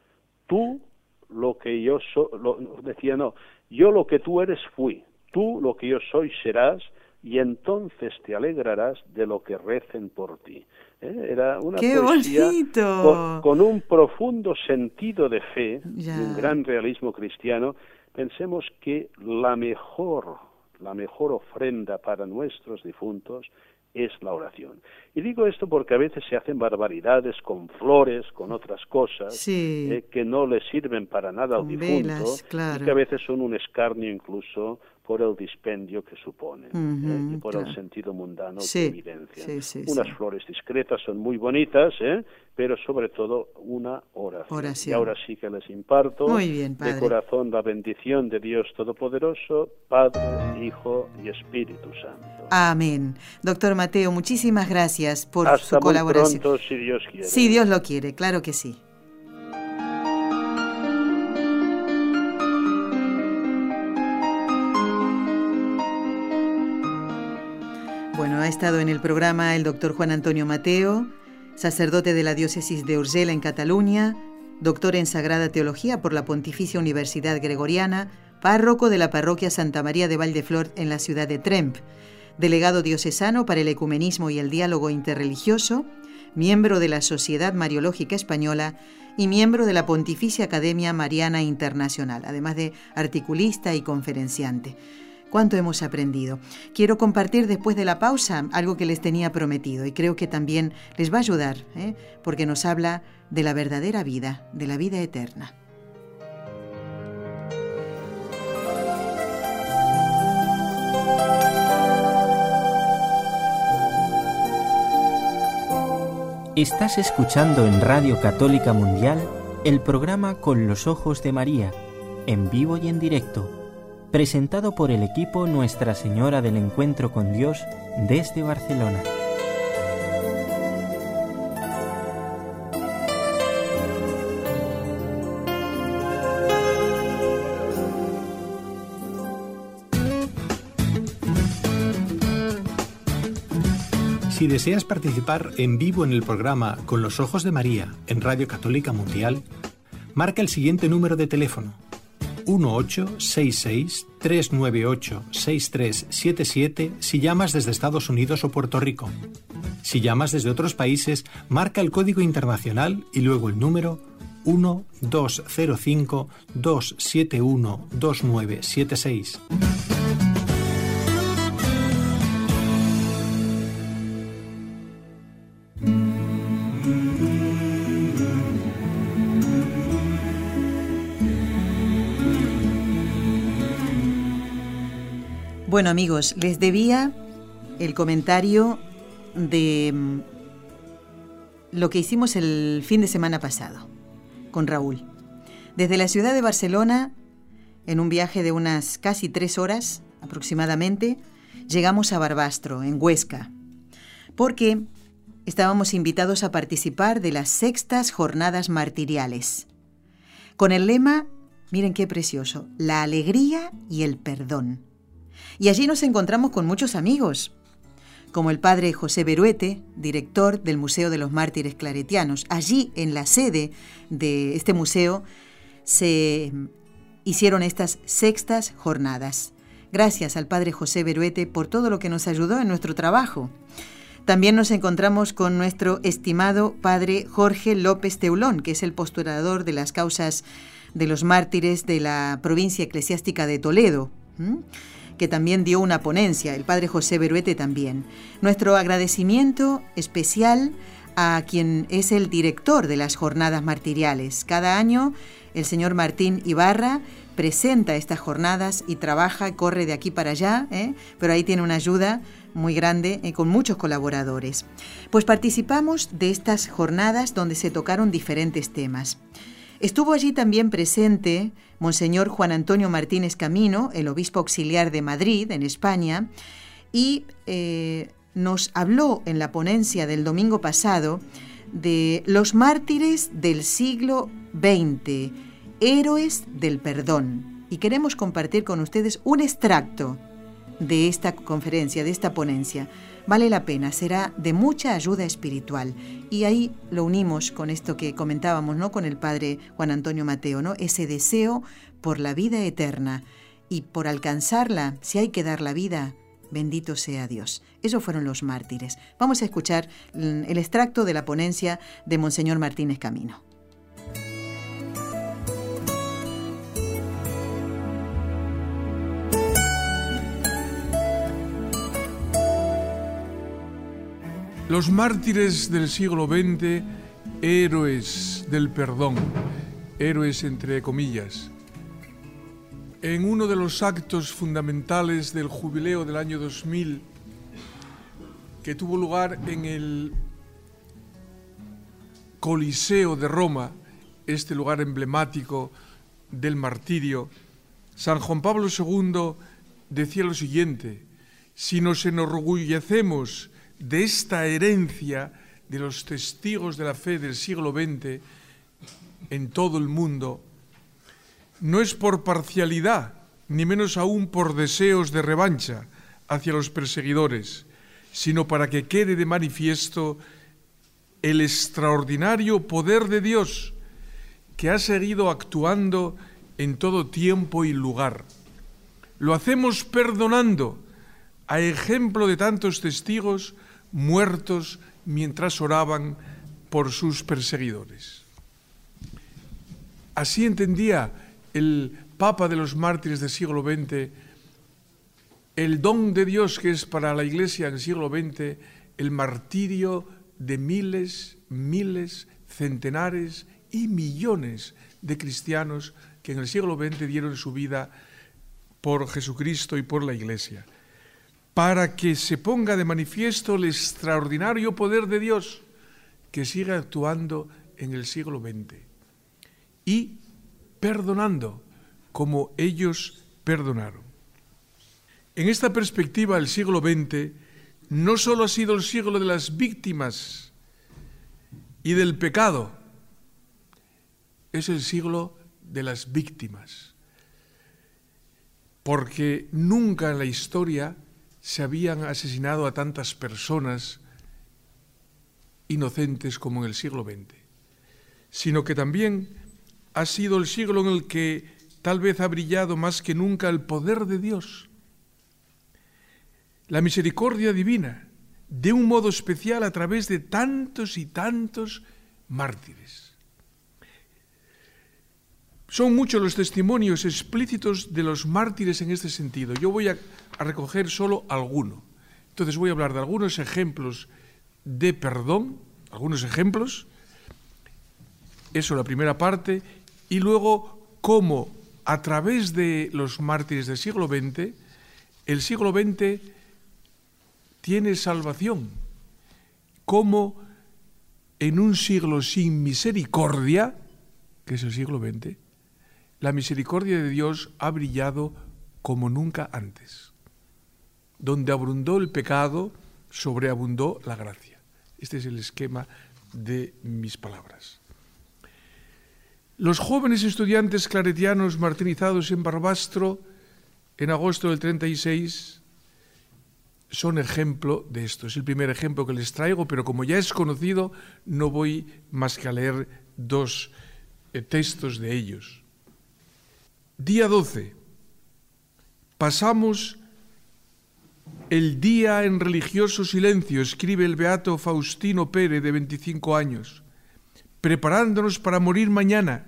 Tú lo que yo soy, decía no, yo lo que tú eres fui, tú lo que yo soy serás, y entonces te alegrarás de lo que recen por ti. ¿Eh? Era una ¡Qué poesía bonito! Con, con un profundo sentido de fe ya. y un gran realismo cristiano. Pensemos que la mejor, la mejor ofrenda para nuestros difuntos es la oración. Y digo esto porque a veces se hacen barbaridades con flores, con otras cosas, sí. eh, que no le sirven para nada con al difunto, velas, claro. y que a veces son un escarnio incluso por el dispendio que suponen, uh-huh, eh, y por claro. el sentido mundano sí, que evidencian. Sí, sí, Unas sí. flores discretas son muy bonitas, ¿eh? pero sobre todo una oración. oración. Y ahora sí que les imparto muy bien, padre. de corazón la bendición de Dios Todopoderoso, Padre, Hijo y Espíritu Santo. Amén. Doctor Mateo, muchísimas gracias por Hasta su colaboración. Hasta muy pronto, si Dios quiere. Si Dios lo quiere, claro que sí. Bueno, ha estado en el programa el doctor Juan Antonio Mateo, sacerdote de la diócesis de Urgell en Cataluña, doctor en Sagrada Teología por la Pontificia Universidad Gregoriana, párroco de la parroquia Santa María de Valdeflor en la ciudad de Tremp, delegado diocesano para el ecumenismo y el diálogo interreligioso, miembro de la Sociedad Mariológica Española y miembro de la Pontificia Academia Mariana Internacional, además de articulista y conferenciante. ¿Cuánto hemos aprendido? Quiero compartir después de la pausa algo que les tenía prometido y creo que también les va a ayudar, ¿eh? porque nos habla de la verdadera vida, de la vida eterna. Estás escuchando en Radio Católica Mundial el programa Con los Ojos de María, en vivo y en directo, presentado por el equipo Nuestra Señora del Encuentro con Dios desde Barcelona. Si deseas participar en vivo en el programa Con los Ojos de María en Radio Católica Mundial, marca el siguiente número de teléfono: uno ocho seis seis, tres nueve ocho, seis tres siete siete si llamas desde Estados Unidos o Puerto Rico. Si llamas desde otros países, marca el código internacional y luego el número uno dos cero cinco, dos siete uno, dos nueve siete seis. Bueno, amigos, les debía el comentario de lo que hicimos el fin de semana pasado con Raúl. Desde la ciudad de Barcelona, en un viaje de unas casi tres horas aproximadamente, llegamos a Barbastro, en Huesca, porque estábamos invitados a participar de las sextas jornadas martiriales, con el lema, miren qué precioso, la alegría y el perdón. Y allí nos encontramos con muchos amigos, como el padre José Beruete, director del Museo de los Mártires Claretianos. Allí, en la sede de este museo, se hicieron estas sextas jornadas. Gracias al padre José Beruete por todo lo que nos ayudó en nuestro trabajo. También nos encontramos con nuestro estimado padre Jorge López Teulón, que es el postulador de las causas de los mártires de la provincia eclesiástica de Toledo, ¿Mm? que también dio una ponencia, el padre José Beruete también. Nuestro agradecimiento especial a quien es el director de las jornadas martiriales. Cada año el señor Martín Ibarra presenta estas jornadas y trabaja, corre de aquí para allá, ¿eh? pero ahí tiene una ayuda muy grande eh, con muchos colaboradores. Pues participamos de estas jornadas donde se tocaron diferentes temas. Estuvo allí también presente Monseñor Juan Antonio Martínez Camino, el obispo auxiliar de Madrid, en España, y eh, nos habló en la ponencia del domingo pasado de los mártires del siglo veinte, héroes del perdón. Y queremos compartir con ustedes un extracto de esta conferencia, de esta ponencia. Vale la pena, será de mucha ayuda espiritual. Y ahí lo unimos con esto que comentábamos, ¿no? Con el padre Juan Antonio Mateo, ¿no? Ese deseo por la vida eterna y por alcanzarla, si hay que dar la vida, bendito sea Dios. Esos fueron los mártires. Vamos a escuchar el extracto de la ponencia de Monseñor Martínez Camino. Los mártires del siglo veinte, héroes del perdón, héroes entre comillas. En uno de los actos fundamentales del jubileo del año dos mil, que tuvo lugar en el Coliseo de Roma, este lugar emblemático del martirio, San Juan Pablo segundo decía lo siguiente: si nos enorgullecemos de esta herencia de los testigos de la fe del siglo veinte en todo el mundo, no es por parcialidad, ni menos aún por deseos de revancha hacia los perseguidores, sino para que quede de manifiesto el extraordinario poder de Dios que ha seguido actuando en todo tiempo y lugar. Lo hacemos perdonando, a ejemplo de tantos testigos muertos mientras oraban por sus perseguidores. Así entendía el Papa de los Mártires del siglo veinte el don de Dios que es para la Iglesia en el siglo veinte el martirio de miles, miles, centenares y millones de cristianos que en el siglo veinte dieron su vida por Jesucristo y por la Iglesia, para que se ponga de manifiesto el extraordinario poder de Dios que sigue actuando en el siglo veinte y perdonando como ellos perdonaron. En esta perspectiva, el siglo veinte no solo ha sido el siglo de las víctimas y del pecado, es el siglo de las víctimas, porque nunca en la historia se habían asesinado a tantas personas inocentes como en el siglo veinte, sino que también ha sido el siglo en el que tal vez ha brillado más que nunca el poder de Dios, la misericordia divina, de un modo especial a través de tantos y tantos mártires. Son muchos los testimonios explícitos de los mártires en este sentido. Yo voy a, a recoger solo alguno. Entonces voy a hablar de algunos ejemplos de perdón, algunos ejemplos, eso la primera parte, y luego cómo a través de los mártires del siglo veinte, el siglo veinte tiene salvación, cómo en un siglo sin misericordia, que es el siglo veinte, la misericordia de Dios ha brillado como nunca antes. Donde abundó el pecado, sobreabundó la gracia. Este es el esquema de mis palabras. Los jóvenes estudiantes claretianos martirizados en Barbastro en agosto del treinta y seis son ejemplo de esto. Es el primer ejemplo que les traigo, pero como ya es conocido, no voy más que a leer dos eh, textos de ellos. Día doce. Pasamos el día en religioso silencio, escribe el beato Faustino Pérez, de veinticinco años, preparándonos para morir mañana.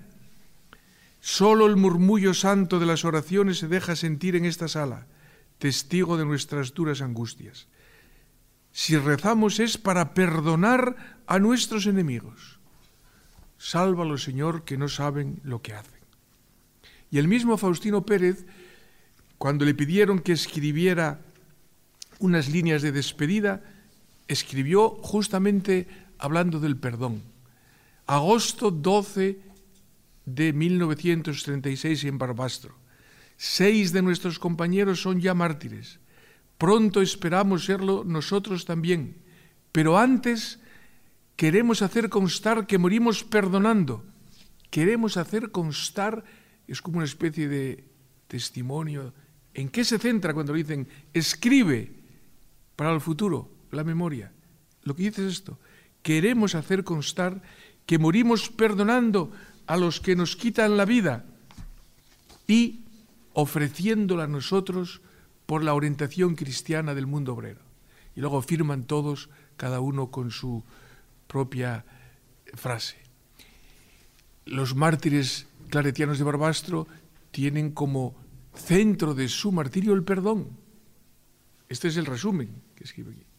Solo el murmullo santo de las oraciones se deja sentir en esta sala, testigo de nuestras duras angustias. Si rezamos es para perdonar a nuestros enemigos. Sálvalos, Señor, que no saben lo que hacen. Y el mismo Faustino Pérez, cuando le pidieron que escribiera unas líneas de despedida, escribió justamente hablando del perdón. Agosto doce de mil novecientos treinta y seis en Barbastro. Seis de nuestros compañeros son ya mártires. Pronto esperamos serlo nosotros también. Pero antes queremos hacer constar que morimos perdonando. Queremos hacer constar, es como una especie de testimonio. ¿En qué se centra cuando dicen escribe para el futuro la memoria? Lo que dice es esto. Queremos hacer constar que morimos perdonando a los que nos quitan la vida y ofreciéndola a nosotros por la orientación cristiana del mundo obrero. Y luego firman todos, cada uno con su propia frase. Los mártires claretianos de Barbastro tienen como centro de su martirio el perdón. Este es el resumen que escribe aquí.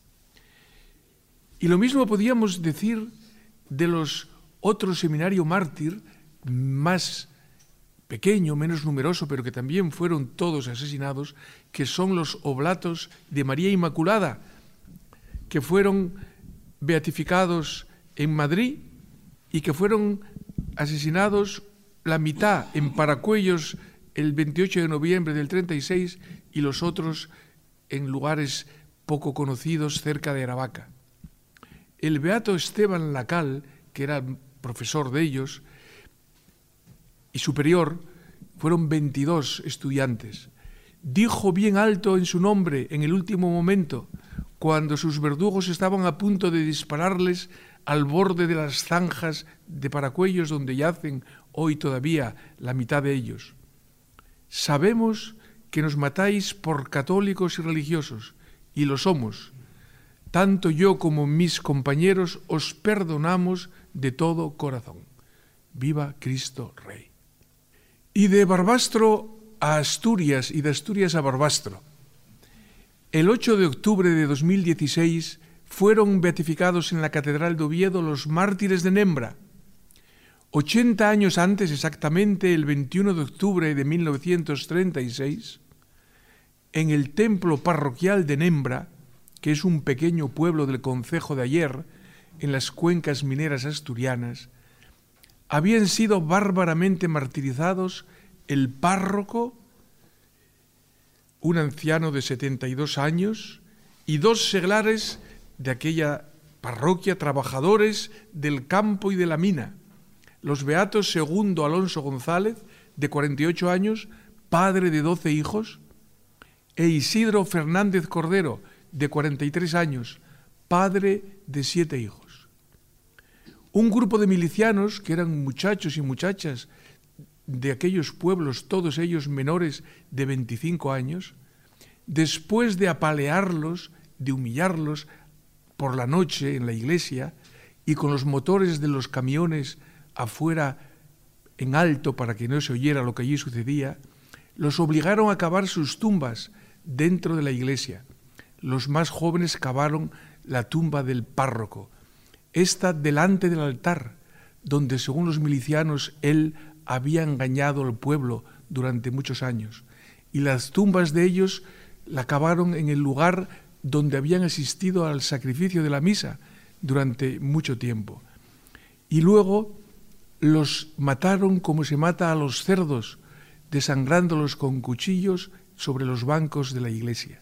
Y lo mismo podíamos decir de los otros seminarios mártir más pequeño, menos numeroso, pero que también fueron todos asesinados, que son los oblatos de María Inmaculada, que fueron beatificados en Madrid y que fueron asesinados la mitad en Paracuellos el veintiocho de noviembre del treinta y seis y los otros en lugares poco conocidos cerca de Aravaca. El beato Esteban Lacal, que era profesor de ellos y superior, fueron veintidós estudiantes. Dijo bien alto en su nombre en el último momento, cuando sus verdugos estaban a punto de dispararles al borde de las zanjas de paracuellos donde yacen hoy todavía la mitad de ellos. Sabemos que nos matáis por católicos y religiosos, y lo somos. Tanto yo como mis compañeros os perdonamos de todo corazón. ¡Viva Cristo Rey! Y de Barbastro a Asturias y de Asturias a Barbastro. El ocho de octubre de dos mil dieciséis fueron beatificados en la Catedral de Oviedo los mártires de Nembra. ochenta años antes, exactamente el veintiuno de octubre de mil novecientos treinta y seis, en el templo parroquial de Nembra, que es un pequeño pueblo del concejo de Aller, en las cuencas mineras asturianas, habían sido bárbaramente martirizados el párroco, un anciano de setenta y dos años, y dos seglares de aquella parroquia, trabajadores del campo y de la mina, los beatos Segundo Alonso González, de cuarenta y ocho años, padre de doce hijos, e Isidro Fernández Cordero, de cuarenta y tres años, padre de siete hijos. Un grupo de milicianos, que eran muchachos y muchachas de aquellos pueblos, todos ellos menores de veinticinco años, después de apalearlos, de humillarlos por la noche en la iglesia y con los motores de los camiones afuera en alto para que no se oyera lo que allí sucedía, los obligaron a cavar sus tumbas dentro de la iglesia. Los más jóvenes cavaron la tumba del párroco, esta delante del altar, donde según los milicianos él había engañado al pueblo durante muchos años, y las tumbas de ellos la cavaron en el lugar donde habían asistido al sacrificio de la misa durante mucho tiempo. Y luego los mataron como se mata a los cerdos, desangrándolos con cuchillos sobre los bancos de la iglesia.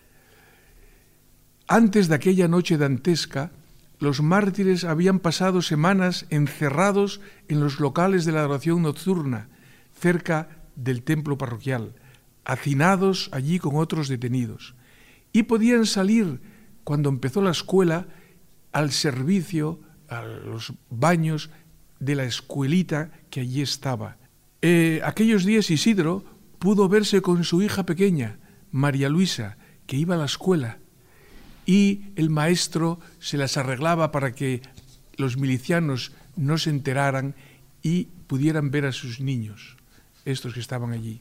Antes de aquella noche dantesca, los mártires habían pasado semanas encerrados en los locales de la adoración nocturna, cerca del templo parroquial, hacinados allí con otros detenidos, y podían salir, cuando empezó la escuela, al servicio, a los baños de la escuelita que allí estaba. Eh, aquellos días Isidro pudo verse con su hija pequeña, María Luisa, que iba a la escuela, y el maestro se las arreglaba para que los milicianos no se enteraran y pudieran ver a sus niños, estos que estaban allí.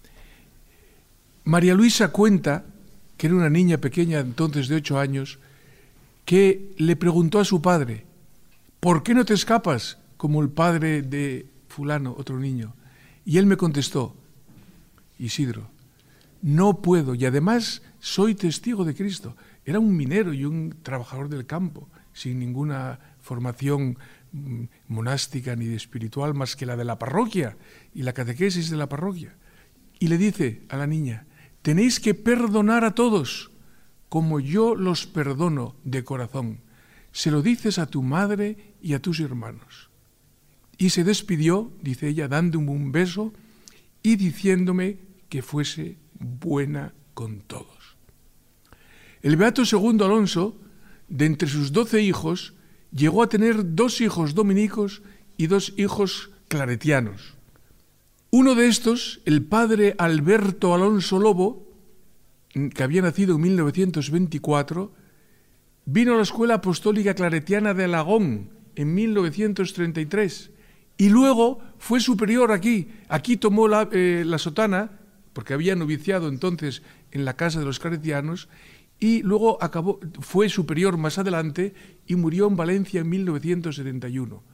María Luisa cuenta, que era una niña pequeña entonces de ocho años, que le preguntó a su padre, ¿por qué no te escapas como el padre de fulano, otro niño? Y él me contestó, Isidro, no puedo, y además soy testigo de Cristo. Era un minero y un trabajador del campo, sin ninguna formación monástica ni de espiritual más que la de la parroquia y la catequesis de la parroquia. Y le dice a la niña, tenéis que perdonar a todos, como yo los perdono de corazón. Se lo dices a tu madre y a tus hermanos. Y se despidió, dice ella, dándome un beso y diciéndome que fuese buena con todos. El beato Segundo Alonso, de entre sus doce hijos, llegó a tener dos hijos dominicos y dos hijos claretianos. Uno de estos, el padre Alberto Alonso Lobo, que había nacido en mil novecientos veinticuatro, vino a la Escuela Apostólica Claretiana de Alagón en mil novecientos treinta y tres y luego fue superior aquí. Aquí tomó la, eh, la sotana, porque había noviciado entonces en la casa de los claretianos, y luego acabó, fue superior más adelante y murió en Valencia en mil novecientos setenta y uno.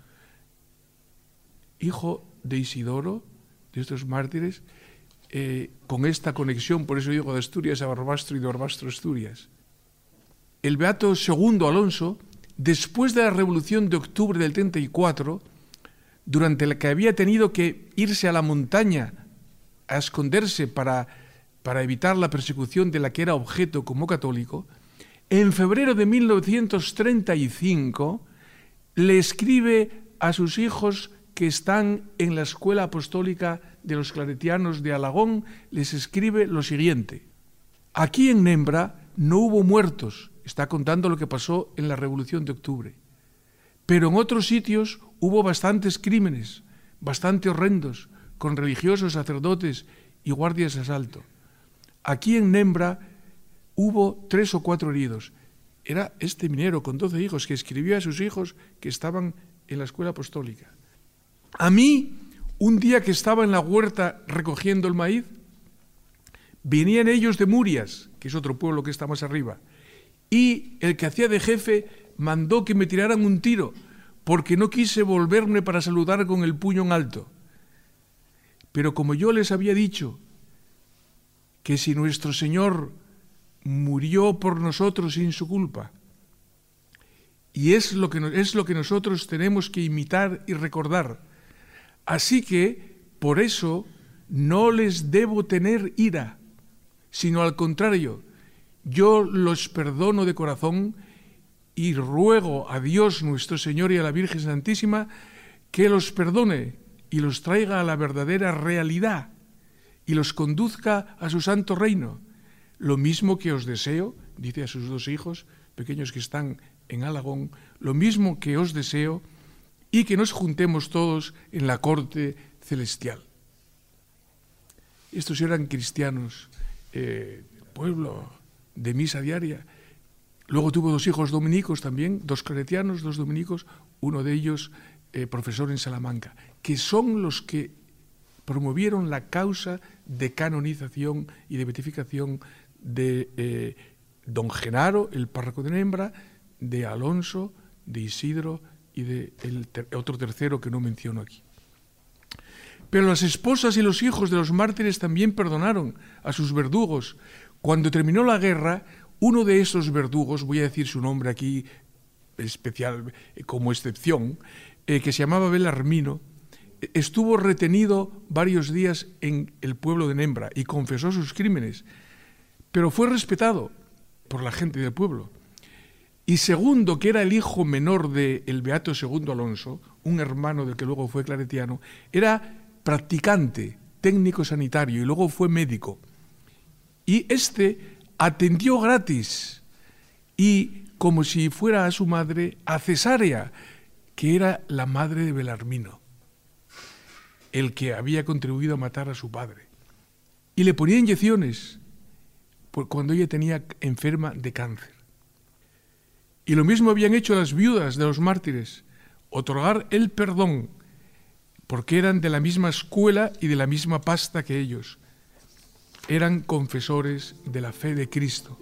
Hijo de Isidoro, de estos mártires, eh, con esta conexión, por eso digo de Asturias a Barbastro y de Barbastro a Asturias. El beato Segundo Alonso, después de la Revolución de Octubre del treinta y cuatro, durante la que había tenido que irse a la montaña a esconderse para, para evitar la persecución de la que era objeto como católico, en febrero de mil novecientos treinta y cinco le escribe a sus hijos que están en la Escuela Apostólica de los Claretianos de Alagón, les escribe lo siguiente: aquí en Nembra no hubo muertos, está contando lo que pasó en la Revolución de Octubre. Pero en otros sitios hubo bastantes crímenes, bastante horrendos, con religiosos, sacerdotes y guardias de asalto. Aquí en Nembra hubo tres o cuatro heridos. Era este minero con doce hijos que escribió a sus hijos que estaban en la escuela apostólica. A mí, un día que estaba en la huerta recogiendo el maíz, venían ellos de Murias, que es otro pueblo que está más arriba, y el que hacía de jefe mandó que me tiraran un tiro, porque no quise volverme para saludar con el puño en alto. Pero como yo les había dicho que si nuestro Señor murió por nosotros sin su culpa, y es lo que, es lo que nosotros tenemos que imitar y recordar, así que por eso no les debo tener ira, sino al contrario, yo los perdono de corazón y ruego a Dios nuestro Señor y a la Virgen Santísima que los perdone y los traiga a la verdadera realidad y los conduzca a su santo reino. Lo mismo que os deseo, dice a sus dos hijos pequeños que están en Alagón, lo mismo que os deseo y que nos juntemos todos en la corte celestial. Estos eran cristianos, eh, pueblo de misa diaria. Luego tuvo dos hijos dominicos también, dos claretianos, dos dominicos, uno de ellos eh, profesor en Salamanca, que son los que promovieron la causa de canonización y de beatificación de eh, don Genaro, el párroco de Nembra, de Alonso, de Isidro y de el ter- otro tercero que no menciono aquí. Pero las esposas y los hijos de los mártires también perdonaron a sus verdugos. Cuando terminó la guerra, uno de esos verdugos, voy a decir su nombre aquí especial como excepción, eh, que se llamaba Belarmino, estuvo retenido varios días en el pueblo de Nembra y confesó sus crímenes, pero fue respetado por la gente del pueblo. Y Segundo, que era el hijo menor del beato Segundo Alonso, un hermano del que luego fue claretiano, era practicante, técnico sanitario y luego fue médico. Y este atendió gratis y, como si fuera a su madre, a Cesárea, que era la madre de Belarmino, el que había contribuido a matar a su padre. Y le ponía inyecciones cuando ella tenía enferma de cáncer. Y lo mismo habían hecho las viudas de los mártires, otorgar el perdón, porque eran de la misma escuela y de la misma pasta que ellos. Eran confesores de la fe de Cristo.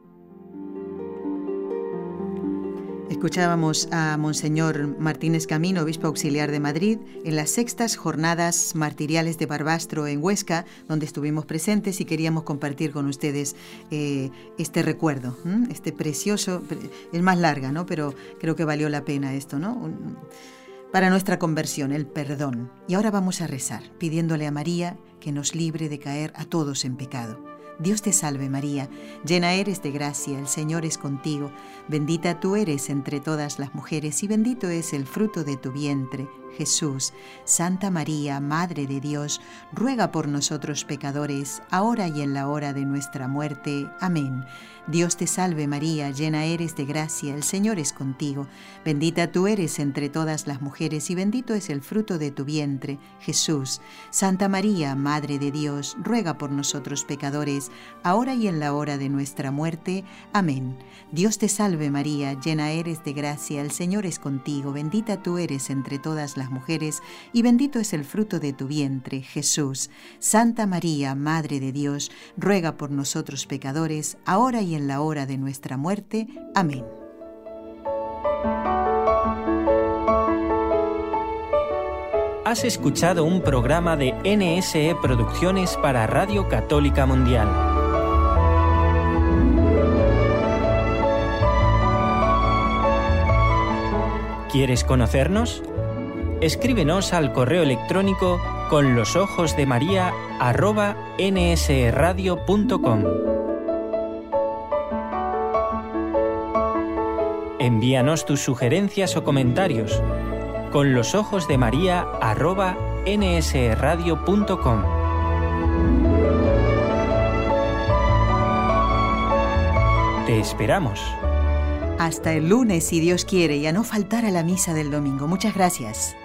Escuchábamos a Monseñor Martínez Camino, obispo auxiliar de Madrid, en las sextas jornadas martiriales de Barbastro en Huesca, donde estuvimos presentes y queríamos compartir con ustedes eh, este recuerdo, ¿eh? este precioso, es más larga, ¿no? Pero creo que valió la pena esto, ¿no? Un, para nuestra conversión, el perdón. Y ahora vamos a rezar, pidiéndole a María que nos libre de caer a todos en pecado. Dios te salve María, llena eres de gracia, el Señor es contigo, bendita tú eres entre todas las mujeres y bendito es el fruto de tu vientre, Jesús. Santa María, Madre de Dios, ruega por nosotros pecadores, ahora y en la hora de nuestra muerte. Amén. Dios te salve María, llena eres de gracia, el Señor es contigo, bendita tú eres entre todas las mujeres y bendito es el fruto de tu vientre, Jesús. Santa María, Madre de Dios, ruega por nosotros pecadores, ahora y en la hora de nuestra muerte. Amén. Dios te salve María, llena eres de gracia, el Señor es contigo, bendita tú eres entre todas las mujeres y bendito es el fruto de tu vientre, Jesús. Santa María, Madre de Dios, ruega por nosotros pecadores, ahora y en la hora de nuestra muerte. Amén. Has escuchado un programa de N S E Producciones para Radio Católica Mundial. ¿Quieres conocernos? Escríbenos al correo electrónico con los ojos de María arroba nsradio punto com. Envíanos tus sugerencias o comentarios con los ojos de María arroba nsradio punto com. Te esperamos. Hasta el lunes, si Dios quiere, y a no faltar a la misa del domingo. Muchas gracias.